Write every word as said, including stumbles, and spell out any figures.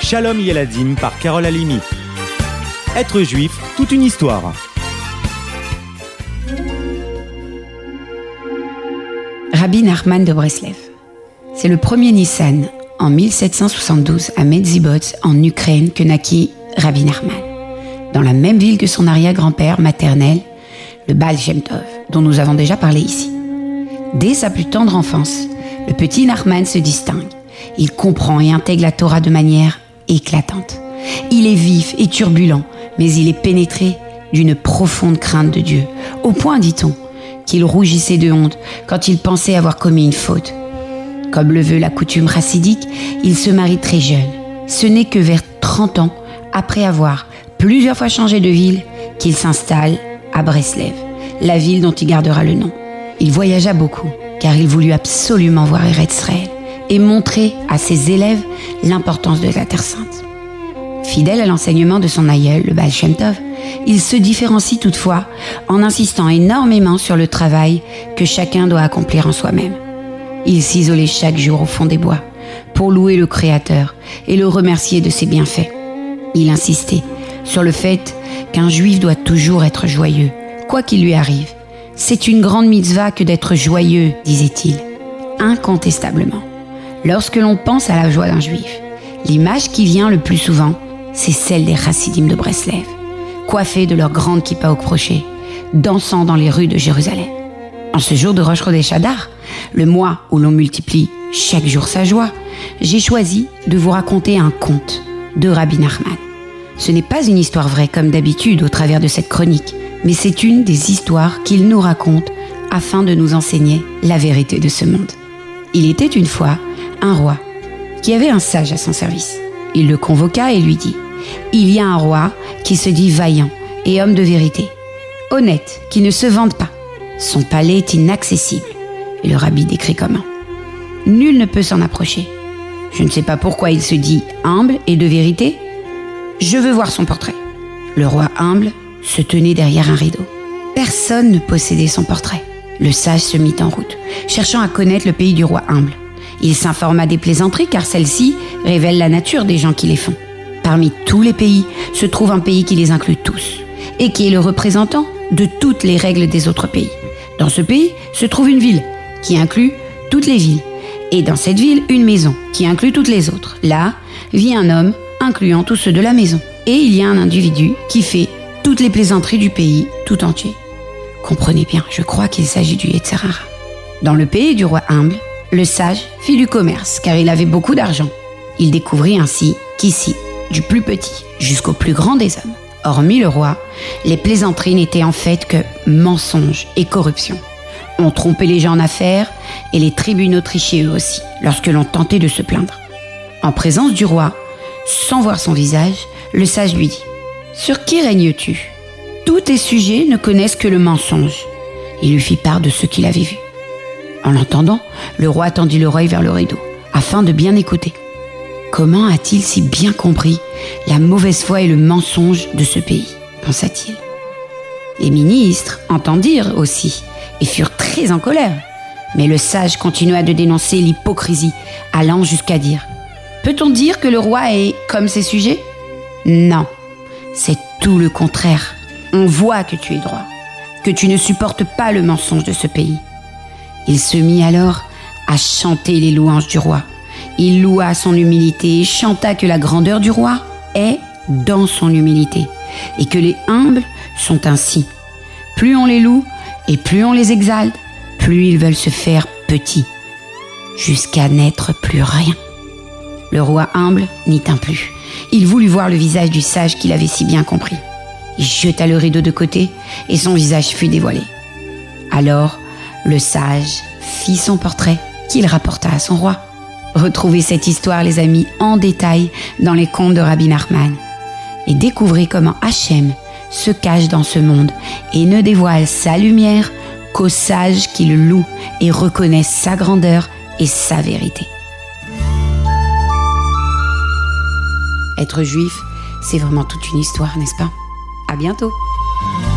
Shalom Yeladim par Carole Halimi. Être juif, toute une histoire. Rabbi Nachman de Breslev. C'est le premier Nissan, en mille sept cent soixante-douze, à Medzhibot, en Ukraine, que naquit Rabbi Nachman. Dans la même ville que son arrière-grand-père maternel, le Baal Shem Tov, dont nous avons déjà parlé ici. Dès sa plus tendre enfance, le petit Nachman se distingue. Il comprend et intègre la Torah de manière éclatante. Il est vif et turbulent, mais il est pénétré d'une profonde crainte de Dieu, au point, dit-on, qu'il rougissait de honte quand il pensait avoir commis une faute. Comme le veut la coutume chassidique, il se marie très jeune. Ce n'est que vers trente ans, après avoir plusieurs fois changé de ville, qu'il s'installe à Breslev, la ville dont il gardera le nom. Il voyagea beaucoup, car il voulut absolument voir Eretz Israël et montrer à ses élèves l'importance de la Terre Sainte. Fidèle à l'enseignement de son aïeul, le Baal Shem Tov, il se différencie toutefois en insistant énormément sur le travail que chacun doit accomplir en soi-même. Il s'isolait chaque jour au fond des bois pour louer le Créateur et le remercier de ses bienfaits. Il insistait sur le fait qu'un juif doit toujours être joyeux, quoi qu'il lui arrive. C'est une grande mitzvah que d'être joyeux, disait-il, incontestablement. Lorsque l'on pense à la joie d'un juif, l'image qui vient le plus souvent, c'est celle des chassidim de Breslev, coiffés de leur grande kippa au crochet, dansant dans les rues de Jérusalem. En ce jour de Rosh Chodesh Adar, le mois où l'on multiplie chaque jour sa joie, j'ai choisi de vous raconter un conte de Rabbi Nachman. Ce n'est pas une histoire vraie comme d'habitude au travers de cette chronique, mais c'est une des histoires qu'il nous raconte afin de nous enseigner la vérité de ce monde. Il était une fois un roi qui avait un sage à son service. Il le convoqua et lui dit « Il y a un roi qui se dit vaillant et homme de vérité, honnête, qui ne se vante pas. Son palais est inaccessible. » Et le rabbi décrit comment. « Nul ne peut s'en approcher. Je ne sais pas pourquoi il se dit humble et de vérité. Je veux voir son portrait. » Le roi humble se tenait derrière un rideau. Personne ne possédait son portrait. Le sage se mit en route, cherchant à connaître le pays du roi humble. Il s'informa des plaisanteries car celles-ci révèlent la nature des gens qui les font. Parmi tous les pays se trouve un pays qui les inclut tous et qui est le représentant de toutes les règles des autres pays. Dans ce pays se trouve une ville qui inclut toutes les villes et dans cette ville une maison qui inclut toutes les autres. Là vit un homme incluant tous ceux de la maison et il y a un individu qui fait toutes les plaisanteries du pays tout entier. Comprenez bien, je crois qu'il s'agit du Yetzer Hara. Dans le pays du roi humble, le sage fit du commerce car il avait beaucoup d'argent. Il découvrit ainsi qu'ici, du plus petit jusqu'au plus grand des hommes, hormis le roi, les plaisanteries n'étaient en fait que mensonges et corruption. On trompait les gens en affaires et les tribunaux trichaient eux aussi lorsque l'on tentait de se plaindre. En présence du roi, sans voir son visage, le sage lui dit « Sur qui règnes-tu ? Tous tes sujets ne connaissent que le mensonge. » Il lui fit part de ce qu'il avait vu. En l'entendant, le roi tendit l'oreille vers le rideau, afin de bien écouter. Comment a-t-il si bien compris la mauvaise foi et le mensonge de ce pays, pensa-t-il. Les ministres entendirent aussi et furent très en colère. Mais le sage continua de dénoncer l'hypocrisie, allant jusqu'à dire « Peut-on dire que le roi est comme ses sujets ? Non, c'est tout le contraire. On voit que tu es droit, que tu ne supportes pas le mensonge de ce pays. » Il se mit alors à chanter les louanges du roi. Il loua son humilité et chanta que la grandeur du roi est dans son humilité et que les humbles sont ainsi. Plus on les loue et plus on les exalte, plus ils veulent se faire petits, jusqu'à n'être plus rien. Le roi humble n'y tint plus. Il voulut voir le visage du sage qu'il avait si bien compris. Il jeta le rideau de côté et son visage fut dévoilé. Alors, le sage fit son portrait qu'il rapporta à son roi. Retrouvez cette histoire, les amis, en détail dans les contes de Rabbi Nachman. Et découvrez comment Hachem se cache dans ce monde et ne dévoile sa lumière qu'aux sages qui le louent et reconnaissent sa grandeur et sa vérité. Être juif, c'est vraiment toute une histoire, n'est-ce pas ? À bientôt.